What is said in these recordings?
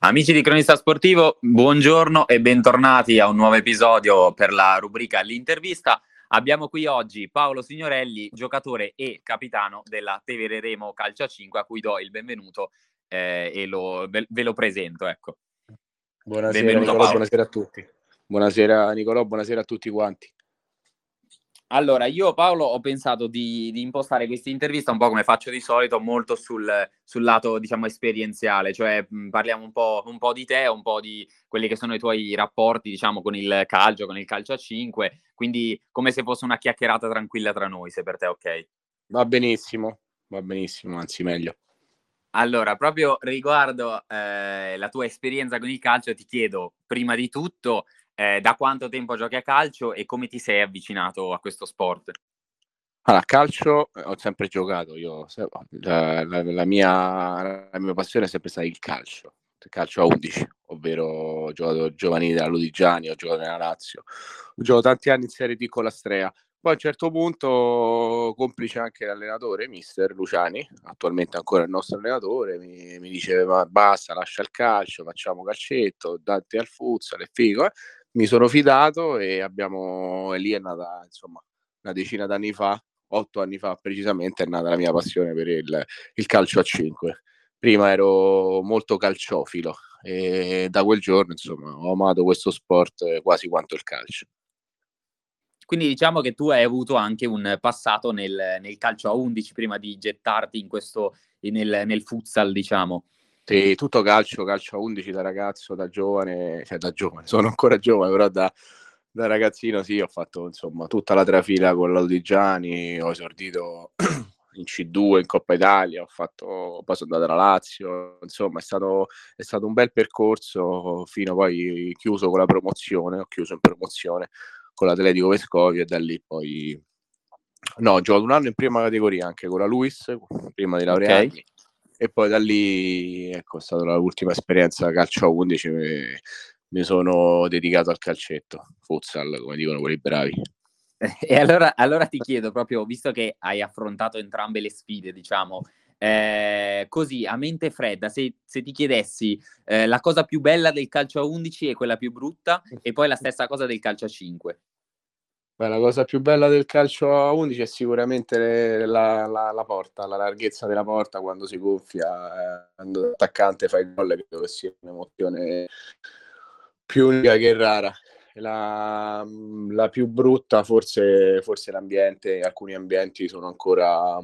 Amici di Cronista Sportivo, buongiorno e bentornati a un nuovo episodio per la rubrica L'intervista. Abbiamo qui oggi Paolo Signorelli, giocatore e capitano della Tevere Remo Calcio a 5, a cui do il benvenuto e ve lo presento. Ecco. Buonasera Benvenuto, Nicolò, Paolo. buonasera a tutti. Buonasera Nicolò, buonasera a tutti quanti. Allora, io Paolo ho pensato di impostare questa intervista un po' come faccio di solito, molto sul lato, diciamo, esperienziale, cioè parliamo un po' di te, un po' di quelli che sono i tuoi rapporti, diciamo, con il calcio a 5, quindi come se fosse una chiacchierata tranquilla tra noi, se per te è ok. Va benissimo, anzi meglio. Allora, proprio riguardo la tua esperienza con il calcio, ti chiedo prima di tutto da quanto tempo giochi a calcio e come ti sei avvicinato a questo sport? Allora, a calcio ho sempre giocato, la mia passione è sempre stata il calcio a 11, ovvero ho giocato giovanili della Lodigiani, ho giocato nella Lazio, ho giocato tanti anni in Serie D con la Strea. Poi a un certo punto, complice anche l'allenatore, mister Luciani, attualmente ancora il nostro allenatore, mi dice ma basta, lascia il calcio, facciamo calcetto, date al futsal, è figo. Mi sono fidato e lì è nata insomma una decina d'anni fa, 8 anni fa precisamente, è nata la mia passione per il calcio a 5. Prima ero molto calciofilo e da quel giorno insomma ho amato questo sport quasi quanto il calcio. Quindi diciamo che tu hai avuto anche un passato nel calcio a 11 prima di gettarti in questo, nel futsal, diciamo. Sì, tutto calcio a 11 da ragazzo, da giovane, sono ancora giovane, però da ragazzino sì, ho fatto insomma tutta la trafila con l'Audigiani, ho esordito in C2, in Coppa Italia, poi sono andato alla Lazio, insomma è stato un bel percorso fino poi ho chiuso in promozione con l'Atletico Vescovia e da lì poi ho giocato un anno in prima categoria anche con la Luis prima di laurearmi. Ok. E poi da lì, ecco, è stata l'ultima esperienza calcio a 11, mi sono dedicato al calcetto, futsal, come dicono quelli bravi. E allora ti chiedo proprio, visto che hai affrontato entrambe le sfide, diciamo, così a mente fredda, se ti chiedessi la cosa più bella del calcio a 11 e quella più brutta, e poi la stessa cosa del calcio a 5. Beh, la cosa più bella del calcio a 11 è sicuramente la porta, la larghezza della porta quando si gonfia, quando l'attaccante fa il gol, credo che sia un'emozione più unica che rara. La più brutta forse l'ambiente, alcuni ambienti sono ancora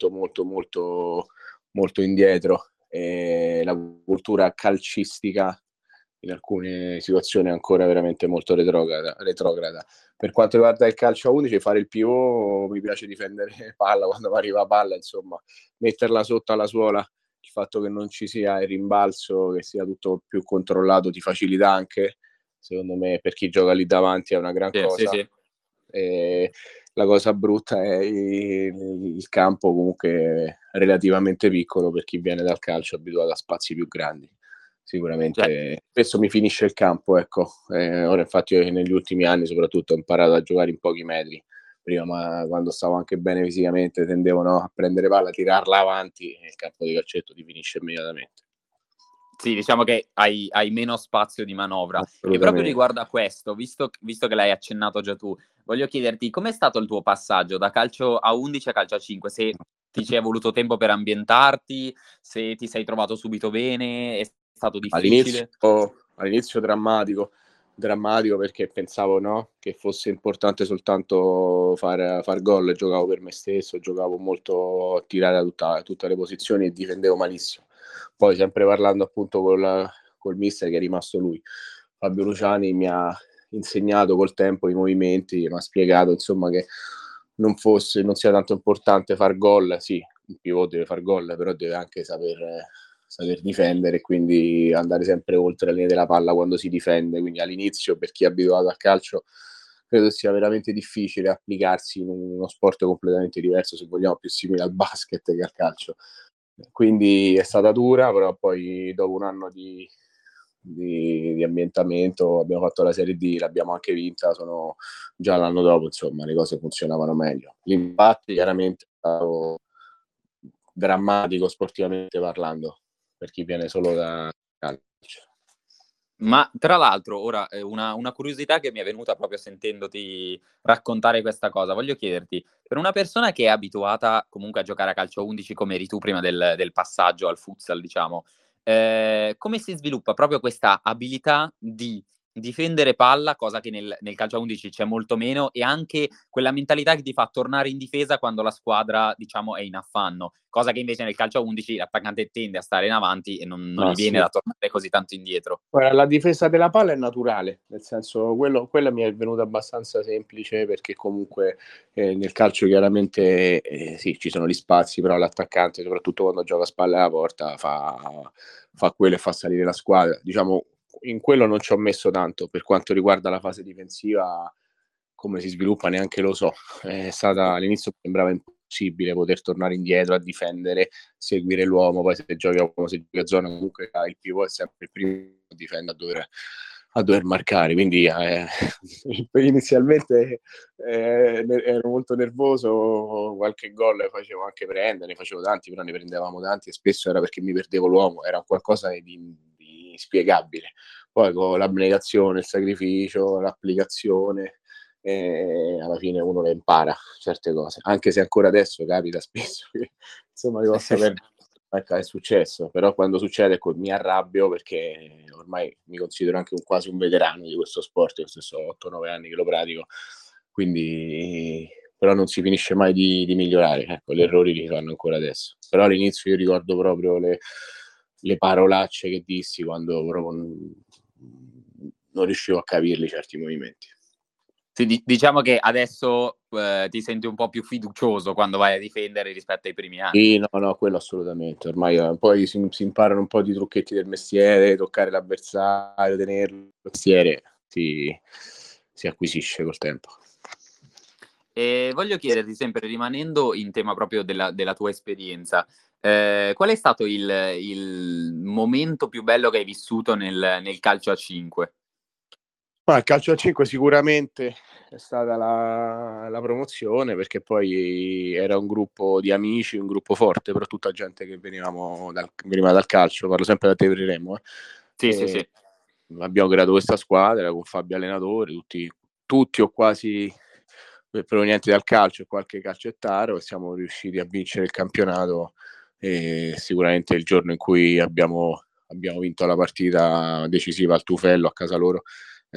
molto indietro e la cultura calcistica in alcune situazioni è ancora veramente molto retrograda. Per quanto riguarda il calcio a 11, fare il pivot, mi piace difendere palla quando mi arriva palla, insomma, metterla sotto alla suola, il fatto che non ci sia il rimbalzo, che sia tutto più controllato, ti facilita anche, secondo me, per chi gioca lì davanti è una gran cosa. Sì. E la cosa brutta è il campo comunque relativamente piccolo per chi viene dal calcio abituato a spazi più grandi. Sicuramente spesso mi finisce il campo, ecco. Ora infatti io negli ultimi anni soprattutto ho imparato a giocare in pochi metri. Prima, ma quando stavo anche bene fisicamente, tendevo a prendere palla, tirarla avanti e il campo di calcetto ti finisce immediatamente. Sì, diciamo che hai meno spazio di manovra. E proprio Assolutamente. riguardo a questo, visto che l'hai accennato già tu, voglio chiederti com'è stato il tuo passaggio da calcio a 11 a calcio a 5? Se ti ci è voluto tempo per ambientarti, se ti sei trovato subito bene, è stato difficile? All'inizio drammatico perché pensavo che fosse importante soltanto far gol, giocavo per me stesso, giocavo molto a tirare a tutte le posizioni e difendevo malissimo. Poi sempre parlando appunto col mister che è rimasto lui, Fabio Luciani mi ha insegnato col tempo i movimenti, mi ha spiegato insomma che non sia tanto importante far gol, sì, un pivot deve far gol, però deve anche saper difendere e quindi andare sempre oltre la linea della palla quando si difende. Quindi all'inizio, per chi è abituato al calcio, credo sia veramente difficile applicarsi in uno sport completamente diverso, se vogliamo più simile al basket che al calcio. Quindi è stata dura, però poi dopo un anno di ambientamento abbiamo fatto la Serie D, l'abbiamo anche vinta, sono già l'anno dopo insomma le cose funzionavano meglio. L'impatto chiaramente è stato drammatico sportivamente parlando per chi viene solo da calcio. Ma tra l'altro, ora una curiosità che mi è venuta proprio sentendoti raccontare questa cosa, voglio chiederti, per una persona che è abituata comunque a giocare a calcio a 11 come eri tu prima del passaggio al futsal, diciamo, come si sviluppa proprio questa abilità di difendere palla, cosa che nel calcio a 11 c'è molto meno, e anche quella mentalità che ti fa tornare in difesa quando la squadra, diciamo, è in affanno, cosa che invece nel calcio a 11 l'attaccante tende a stare in avanti e non Ma gli viene sì. da tornare così tanto indietro. Guarda, la difesa della palla è naturale, nel senso quella mi è venuta abbastanza semplice perché comunque nel calcio chiaramente sì, ci sono gli spazi, però l'attaccante, soprattutto quando gioca a spalle alla porta, fa quello e fa salire la squadra. Diciamo, in quello non ci ho messo tanto. Per quanto riguarda la fase difensiva, come si sviluppa neanche lo so. All'inizio sembrava impossibile poter tornare indietro a difendere, seguire l'uomo, poi se giochi a uomo, se giochi a zona, comunque il pivot è sempre il primo a difendere, a dover marcare. Quindi inizialmente ero molto nervoso, qualche gol facevo anche prendere, ne facevo tanti, però ne prendevamo tanti e spesso era perché mi perdevo l'uomo, era qualcosa di inspiegabile. Poi con l'abnegazione, il sacrificio, l'applicazione, alla fine uno le impara certe cose, anche se ancora adesso capita spesso che insomma io possa perdere. Ecco, è successo, però quando succede mi arrabbio perché ormai mi considero anche quasi un veterano di questo sport, io stesso 8-9 anni che lo pratico, quindi però non si finisce mai di migliorare, ecco, gli errori li fanno ancora adesso, però all'inizio io ricordo proprio le parolacce che dissi quando proprio non riuscivo a capirli certi movimenti. Sì, diciamo che adesso ti senti un po' più fiducioso quando vai a difendere rispetto ai primi anni. Sì, no, quello assolutamente. Ormai poi si imparano un po' di trucchetti del mestiere, toccare l'avversario, tenerlo, il mestiere si acquisisce col tempo. E voglio chiederti, sempre rimanendo in tema proprio della tua esperienza, qual è stato il momento più bello che hai vissuto nel calcio a 5? Ma il calcio a 5 sicuramente è stata la promozione, perché poi era un gruppo di amici, un gruppo forte, però tutta gente che veniva dal calcio, parlo sempre da Tevere Remo. Sì, sì, sì. Abbiamo creato questa squadra con Fabio allenatore, tutti o quasi provenienti dal calcio e qualche calcettaro, e siamo riusciti a vincere il campionato. E sicuramente il giorno in cui abbiamo vinto la partita decisiva al Tufello a casa loro è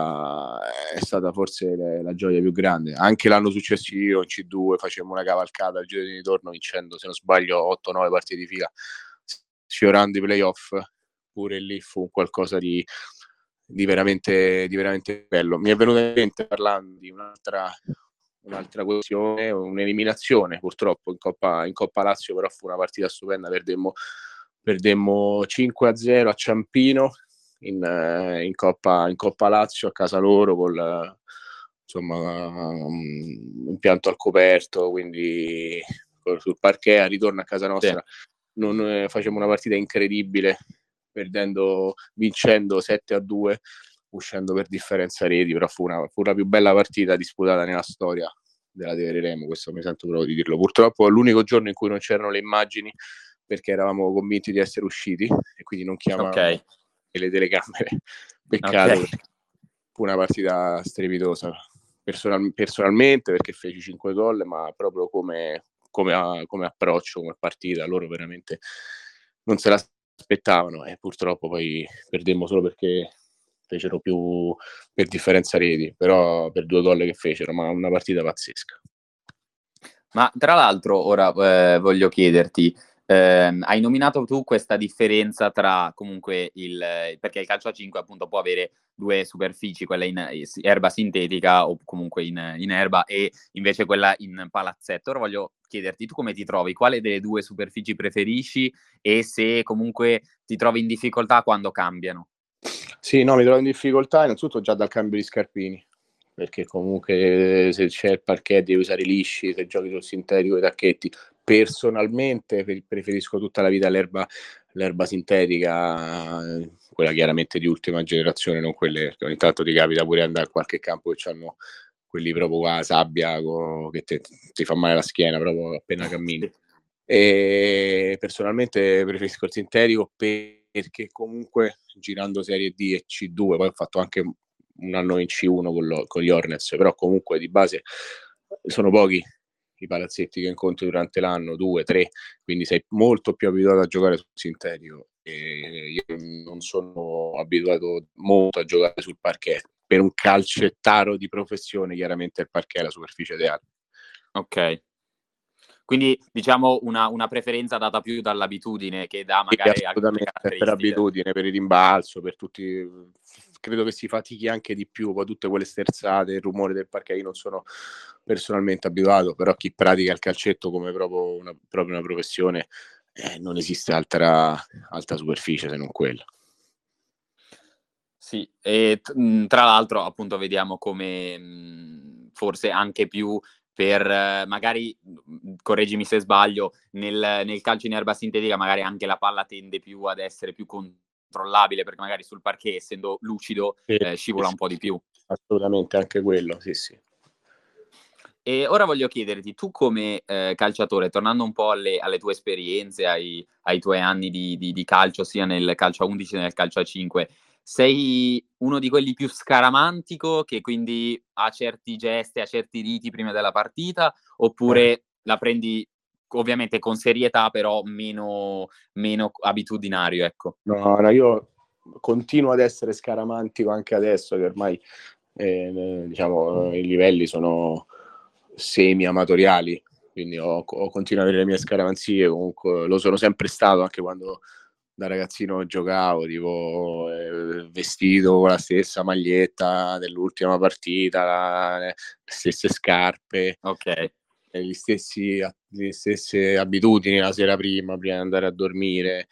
stata forse la gioia più grande. Anche l'anno successivo in C2 facemmo una cavalcata al giro di ritorno vincendo, se non sbaglio, 8-9 partite di fila, sfiorando i playoff. Pure lì fu qualcosa di veramente bello. Mi è venuta in mente, parlando di un'altra questione, un'eliminazione purtroppo in Coppa Lazio, però fu una partita stupenda, perdemmo 5-0 a Ciampino in Coppa Lazio a casa loro insomma un impianto al coperto, quindi sul parquet. A ritorno a casa Sì. nostra facciamo una partita incredibile, vincendo 7-2, uscendo per differenza reti, però fu la più bella partita disputata nella storia della Tevere Remo, questo mi sento proprio di dirlo. Purtroppo è l'unico giorno in cui non c'erano le immagini, perché eravamo convinti di essere usciti e quindi non chiamavamo Ok, le telecamere. ok. Peccato, perché fu una partita strepitosa. Personalmente, perché feci 5 gol, ma proprio come approccio, come partita, loro veramente non se l'aspettavano e purtroppo poi perdemmo solo perché fecero più per differenza reti, però per 2 gol che fecero, ma una partita pazzesca. Ma tra l'altro ora, voglio chiederti, hai nominato tu questa differenza tra comunque perché il calcio a 5 appunto può avere 2 superfici, quella in erba sintetica o comunque in erba e invece quella in palazzetto. Ora voglio chiederti, tu come ti trovi? Quale delle 2 superfici preferisci e se comunque ti trovi in difficoltà quando cambiano? Sì, no, mi trovo in difficoltà innanzitutto già dal cambio di scarpini, perché comunque se c'è il parquet devi usare i lisci, se giochi sul sintetico i tacchetti. Personalmente preferisco tutta la vita l'erba sintetica, quella chiaramente di ultima generazione, non quelle, perché ogni tanto ti capita pure andare a qualche campo che hanno quelli proprio qua, sabbia, che ti fa male la schiena proprio appena cammini. Sì. E personalmente preferisco il sintetico perché comunque girando Serie D e C2, poi ho fatto anche un anno in C1 con gli Hornets, però comunque di base sono pochi i palazzetti che incontri durante l'anno, 2, 3, quindi sei molto più abituato a giocare sul sintetico, e io non sono abituato molto a giocare sul parquet. Per un calcettaro di professione chiaramente il parquet è la superficie ideale. Ok. Quindi diciamo una preferenza data più dall'abitudine che da Sì, magari alcune assolutamente, per caratteristiche. abitudine, per il rimbalzo, per tutti. Credo che si fatichi anche di più, poi tutte quelle sterzate, il rumore del parquet, io non sono personalmente abituato, però chi pratica il calcetto come proprio una professione, non esiste alta superficie se non quella. Sì, e tra l'altro appunto vediamo come forse anche più per magari, correggimi se sbaglio, nel calcio in erba sintetica magari anche la palla tende più ad essere più controllabile, perché magari sul parquet essendo lucido, Sì, scivola un po' di più. assolutamente anche quello, sì, sì. E ora voglio chiederti, tu come, calciatore, tornando un po' alle tue esperienze, ai tuoi anni di calcio, sia nel calcio a 11 che nel calcio a 5, sei uno di quelli più scaramantico, che quindi ha certi gesti, ha certi riti prima della partita, oppure la prendi ovviamente con serietà, però meno abitudinario, ecco? No, no, io continuo ad essere scaramantico anche adesso, che ormai diciamo, i livelli sono semi-amatoriali, quindi continuo ad avere le mie scaramanzie, comunque lo sono sempre stato anche quando da ragazzino giocavo, tipo vestito con la stessa maglietta dell'ultima partita, le stesse scarpe, Okay. le stesse abitudini la sera prima di andare a dormire,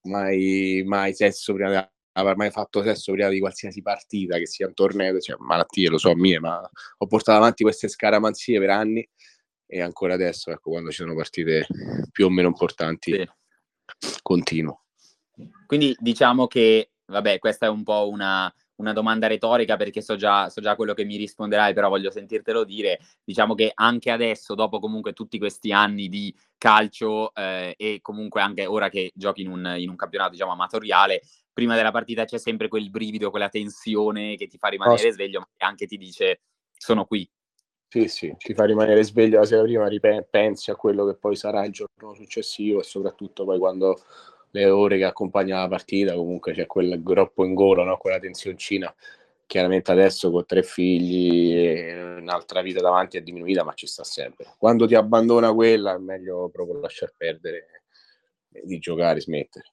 mai sesso prima di aver mai fatto sesso prima di qualsiasi partita, che sia un torneo, cioè malattie, lo so mie, ma ho portato avanti queste scaramanzie per anni e ancora adesso, ecco, quando ci sono partite più o meno importanti, Sì. continuo. Quindi diciamo che, vabbè, questa è un po' una domanda retorica, perché so già quello che mi risponderai, però voglio sentirtelo dire. Diciamo che anche adesso, dopo comunque tutti questi anni di calcio, e comunque anche ora che giochi in un campionato, diciamo, amatoriale, prima della partita c'è sempre quel brivido, quella tensione che ti fa No, rimanere sveglio, ma che anche ti dice: "Sono qui". sì, sì, ti fa rimanere sveglio la sera prima, pensi a quello che poi sarà il giorno successivo e soprattutto poi quando le ore che accompagnano la partita, comunque c'è quel groppo in gola, no? Quella tensioncina. Chiaramente adesso con 3 figli e un'altra vita davanti è diminuita, ma ci sta sempre. Quando ti abbandona quella è meglio proprio lasciar perdere di giocare, smettere.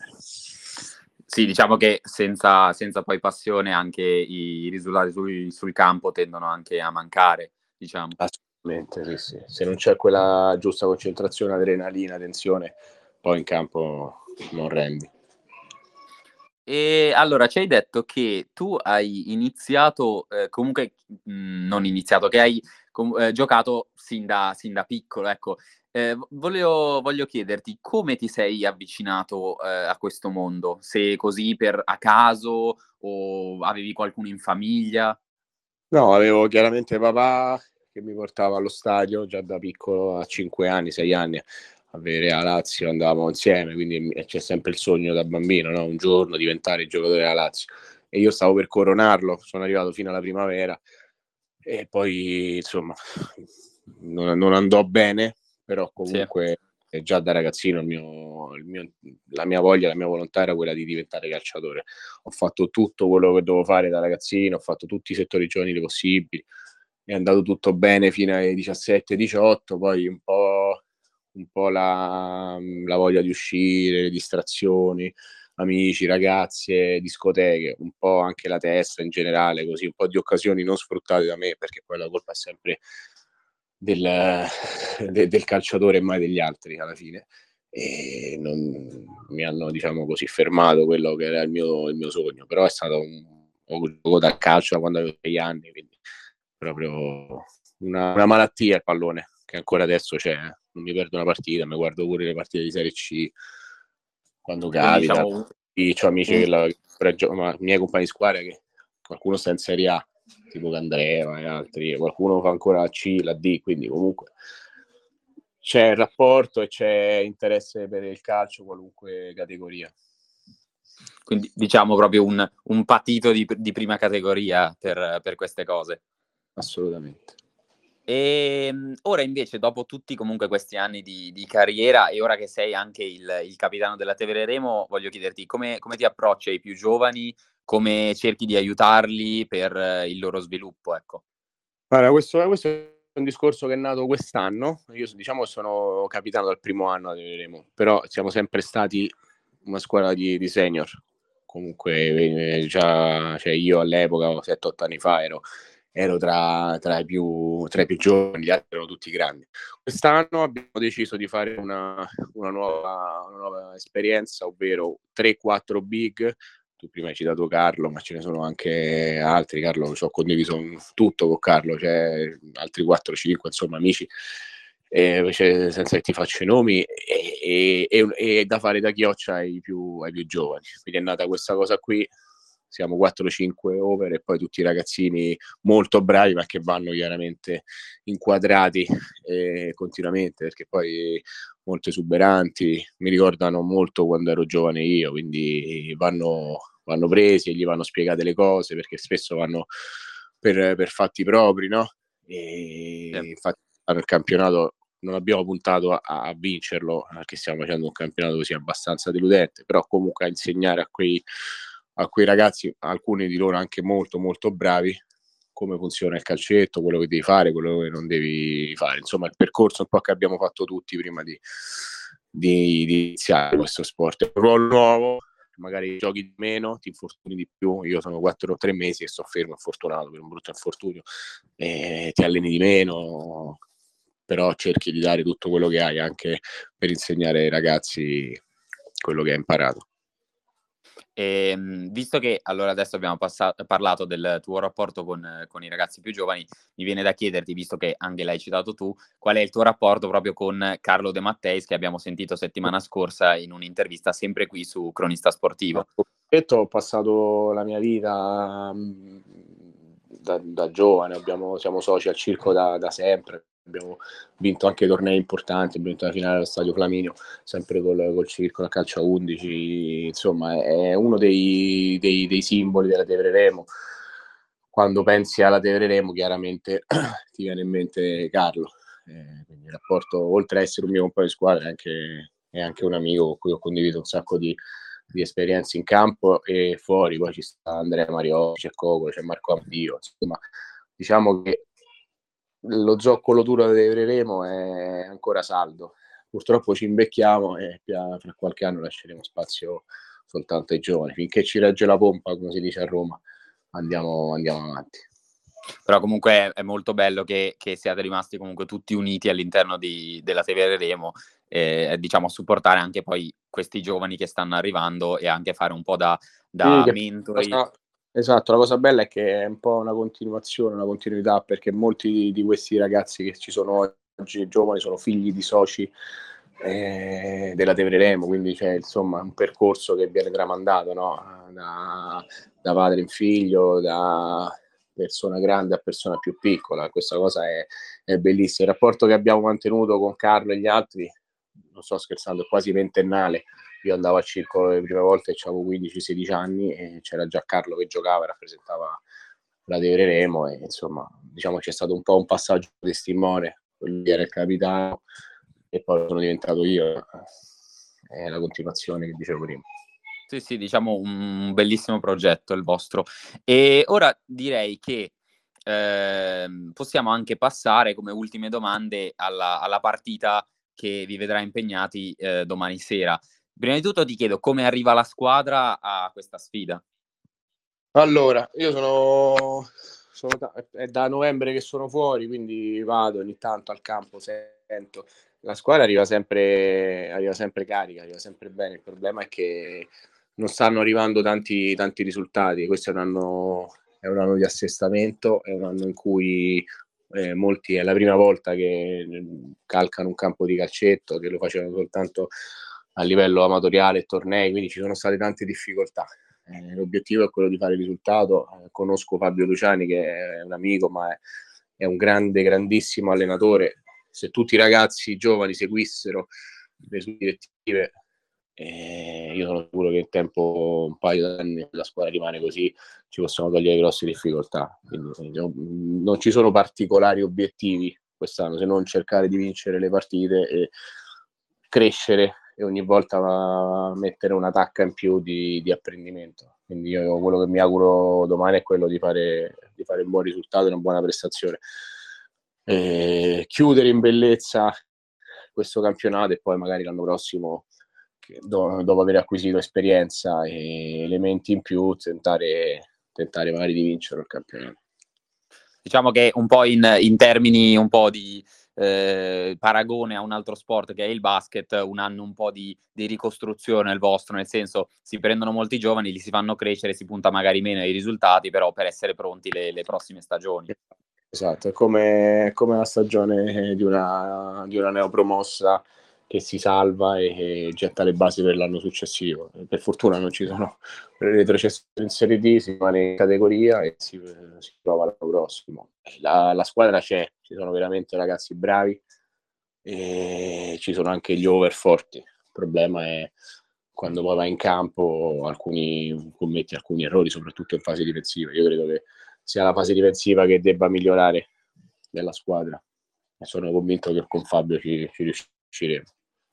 Sì, diciamo che senza poi passione anche i risultati sul campo tendono anche a mancare, diciamo. Assolutamente, sì, sì. Se non c'è quella giusta concentrazione, adrenalina, tensione, poi in campo non rendi. E allora ci hai detto che tu hai iniziato, comunque non iniziato, che hai giocato sin da piccolo, ecco. Voglio chiederti come ti sei avvicinato, a questo mondo? Se così per a caso o avevi qualcuno in famiglia? No, avevo chiaramente papà che mi portava allo stadio già da piccolo, a 5 anni, 6 anni, a vedere la Lazio, andavamo insieme, quindi c'è sempre il sogno da bambino, no? Un giorno diventare giocatore della Lazio. E io stavo per coronarlo, sono arrivato fino alla primavera e poi insomma non andò bene, però Sì. comunque già da ragazzino la mia voglia, la mia volontà era quella di diventare calciatore. Ho fatto tutto quello che dovevo fare da ragazzino, ho fatto tutti i settori giovanili possibili, è andato tutto bene fino ai 17-18, poi un po' la voglia di uscire, le distrazioni, amici, ragazze, discoteche, un po' anche la testa in generale, così un po' di occasioni non sfruttate da me, perché poi la colpa è sempre del calciatore e mai degli altri alla fine. E non mi hanno, diciamo così, fermato quello che era il mio sogno, però è stato ho giocato dal calcio da quando avevo 6 anni, quindi proprio una malattia il pallone, che ancora adesso c'è. Non mi perdo una partita, mi guardo pure le partite di Serie C quando Quindi capita. diciamo Ho amici un ma miei compagni di squadra che qualcuno sta in Serie A, tipo Candreva e altri, qualcuno fa ancora la C, la D, quindi comunque c'è il rapporto e c'è interesse per il calcio, qualunque categoria. Quindi diciamo proprio un patito di prima categoria per queste cose. Assolutamente. Ora invece, dopo tutti comunque questi anni di carriera e ora che sei anche il capitano della Tevere Remo, voglio chiederti come ti approcci ai più giovani, come cerchi di aiutarli per il loro sviluppo, ecco. Guarda, questo è un discorso che è nato quest'anno. Io diciamo sono capitano dal primo anno, vedremo, però siamo sempre stati una squadra di senior. Comunque già, cioè io all'epoca, 7-8 anni fa, ero tra i più giovani, gli altri erano tutti grandi. Quest'anno abbiamo deciso di fare una nuova esperienza, ovvero 3-4 big. Tu prima hai citato Carlo, ma ce ne sono anche altri. Carlo, ci ho condiviso tutto con Carlo, c'è altri 4-5, insomma, amici, senza che ti faccio i nomi, e da fare da chioccia ai più giovani. Quindi è nata questa cosa qui, siamo 4-5 over e poi tutti i ragazzini molto bravi, ma che vanno chiaramente inquadrati continuamente, perché poi molto esuberanti, mi ricordano molto quando ero giovane io, quindi vanno presi e gli vanno spiegate le cose, perché spesso vanno per fatti propri, no? E infatti nel campionato non abbiamo puntato a vincerlo, perché stiamo facendo un campionato così abbastanza deludente, però comunque a insegnare a quei ragazzi, alcuni di loro anche molto molto bravi, come funziona il calcetto, quello che devi fare, quello che non devi fare. Insomma, il percorso un po' che abbiamo fatto tutti prima di iniziare questo sport. È un ruolo nuovo, magari giochi di meno, ti infortuni di più. Io sono 4 o 3 mesi e sto fermo, infortunato per un brutto infortunio, ti alleni di meno, però cerchi di dare tutto quello che hai anche per insegnare ai ragazzi quello che hai imparato. Visto che allora adesso abbiamo parlato del tuo rapporto con i ragazzi più giovani, mi viene da chiederti, visto che anche l'hai citato tu, qual è il tuo rapporto proprio con Carlo De Matteis, che abbiamo sentito settimana scorsa in un'intervista sempre qui su Cronista Sportivo. Ho passato la mia vita da giovane, siamo soci al circo da sempre, abbiamo vinto anche tornei importanti, abbiamo vinto la finale allo Stadio Flaminio, sempre col circo, la calcio a 11, insomma è uno dei simboli della Tevere Remo. Quando pensi alla Tevere Remo chiaramente ti viene in mente Carlo, quindi il rapporto, oltre a essere un mio compagno di squadra, è anche un amico con cui ho condiviso un sacco di esperienze in campo e fuori. Poi ci sta Andrea Mariocchi, c'è Coco, c'è Marco Amdio, insomma diciamo che lo zoccolo duro che devremo è ancora saldo. Purtroppo ci invecchiamo e fra qualche anno lasceremo spazio soltanto ai giovani. Finché ci regge la pompa, come si dice a Roma, andiamo avanti. Però comunque è molto bello che siate rimasti comunque tutti uniti all'interno della Tevere Remo, diciamo a supportare anche poi questi giovani che stanno arrivando e anche fare un po' da Sì, mentori. esatto, la cosa bella è che è un po' una continuazione, una continuità, perché molti di questi ragazzi che ci sono oggi, giovani, sono figli di soci della Tevere Remo, quindi c'è insomma un percorso che viene tramandato, no? Da padre in figlio, da persona grande a persona più piccola. Questa cosa è bellissima. Il rapporto che abbiamo mantenuto con Carlo e gli altri, non sto scherzando, è quasi ventennale. Io andavo al circolo le prime volte, avevo 15-16 anni e c'era già Carlo che giocava, rappresentava la Tevere Remo e insomma diciamo c'è stato un po' un passaggio di testimone, lui era il capitano e poi sono diventato io, è la continuazione che dicevo prima. Sì, sì, diciamo un bellissimo progetto il vostro. E ora direi che possiamo anche passare come ultime domande alla partita che vi vedrà impegnati domani sera. Prima di tutto ti chiedo come arriva la squadra a questa sfida. Allora, io è da novembre che sono fuori, quindi vado ogni tanto al campo, sento. La squadra arriva sempre carica, arriva sempre bene. Il problema è che non stanno arrivando tanti risultati. Questo è un anno di assestamento, è un anno in cui molti è la prima volta che calcano un campo di calcetto, che lo facevano soltanto a livello amatoriale e tornei, quindi ci sono state tante difficoltà. L'obiettivo è quello di fare il risultato. Conosco Fabio Luciani, che è un amico, ma è un grandissimo allenatore. Se tutti i ragazzi giovani seguissero le sue direttive Io sono sicuro che in tempo, un paio d'anni, la squadra rimane così, ci possiamo togliere grosse difficoltà. Quindi, non ci sono particolari obiettivi quest'anno, se non cercare di vincere le partite e crescere e ogni volta mettere una tacca in più di apprendimento. Quindi io quello che mi auguro domani è quello di fare un buon risultato e una buona prestazione. Chiudere in bellezza questo campionato e poi magari l'anno prossimo, dopo aver acquisito esperienza e elementi in più, tentare magari di vincere il campionato. Diciamo che un po' in termini un po' di paragone a un altro sport che è il basket, un anno un po' di ricostruzione il vostro, nel senso si prendono molti giovani, li si fanno crescere, si punta magari meno ai risultati, però per essere pronti le prossime stagioni. Esatto, è come la stagione di una neopromossa che si salva e getta le basi per l'anno successivo. Per fortuna non ci sono retrocessioni in Serie D, si rimane in categoria e si prova l'anno prossimo. La squadra c'è, ci sono veramente ragazzi bravi e ci sono anche gli over forti. Il problema è quando poi va in campo commetti alcuni errori, soprattutto in fase difensiva. Io credo che sia la fase difensiva che debba migliorare della squadra e sono convinto che con Fabio ci riusciremo.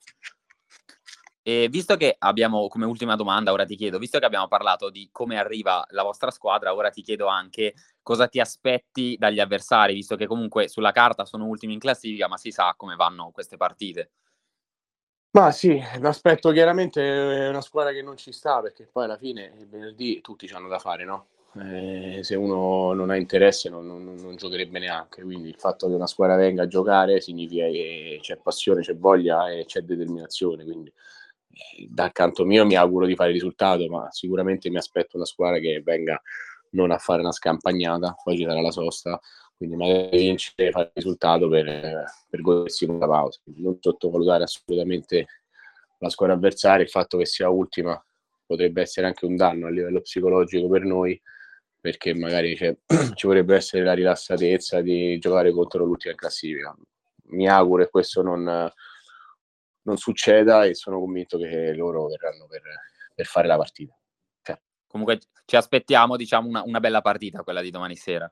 E visto che abbiamo, come ultima domanda, ora ti chiedo, visto che abbiamo parlato di come arriva la vostra squadra, ora ti chiedo anche cosa ti aspetti dagli avversari, visto che comunque sulla carta sono ultimi in classifica, ma si sa come vanno queste partite. Ma sì, l'aspetto chiaramente è una squadra che non ci sta, perché poi alla fine il venerdì tutti hanno da fare, no? Se uno non ha interesse non giocherebbe neanche, quindi il fatto che una squadra venga a giocare significa che c'è passione, c'è voglia e c'è determinazione, quindi dal canto mio mi auguro di fare risultato, ma sicuramente mi aspetto una squadra che venga non a fare una scampagnata, poi ci sarà la sosta, quindi magari vincere e fare il risultato per godersi una pausa. Quindi non sottovalutare assolutamente la squadra avversaria, il fatto che sia ultima potrebbe essere anche un danno a livello psicologico per noi, perché magari ci vorrebbe essere la rilassatezza di giocare contro l'ultima in classifica. Mi auguro che questo non succeda e sono convinto che loro verranno per fare la partita. Comunque ci aspettiamo, diciamo, una bella partita, quella di domani sera.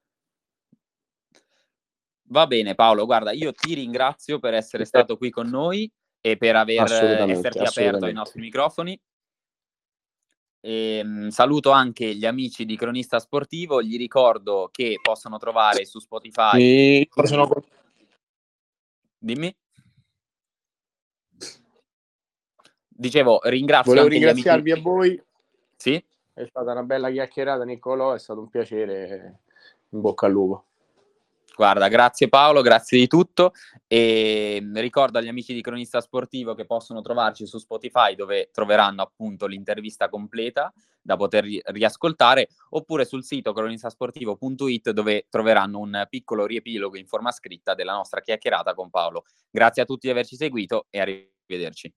Va bene Paolo, guarda, io ti ringrazio per essere stato qui con noi e per esserti aperto ai nostri microfoni. Saluto anche gli amici di Cronista Sportivo, gli ricordo che possono trovare su Spotify. Dimmi. Dicevo, ringrazio Volevo anche ringraziarvi gli amici. a voi. Sì? È stata una bella chiacchierata, Niccolò, è stato un piacere. In bocca al lupo. Guarda, grazie Paolo, grazie di tutto e ricordo agli amici di Cronista Sportivo che possono trovarci su Spotify dove troveranno appunto l'intervista completa da poter riascoltare oppure sul sito cronistasportivo.it dove troveranno un piccolo riepilogo in forma scritta della nostra chiacchierata con Paolo. Grazie a tutti di averci seguito e arrivederci.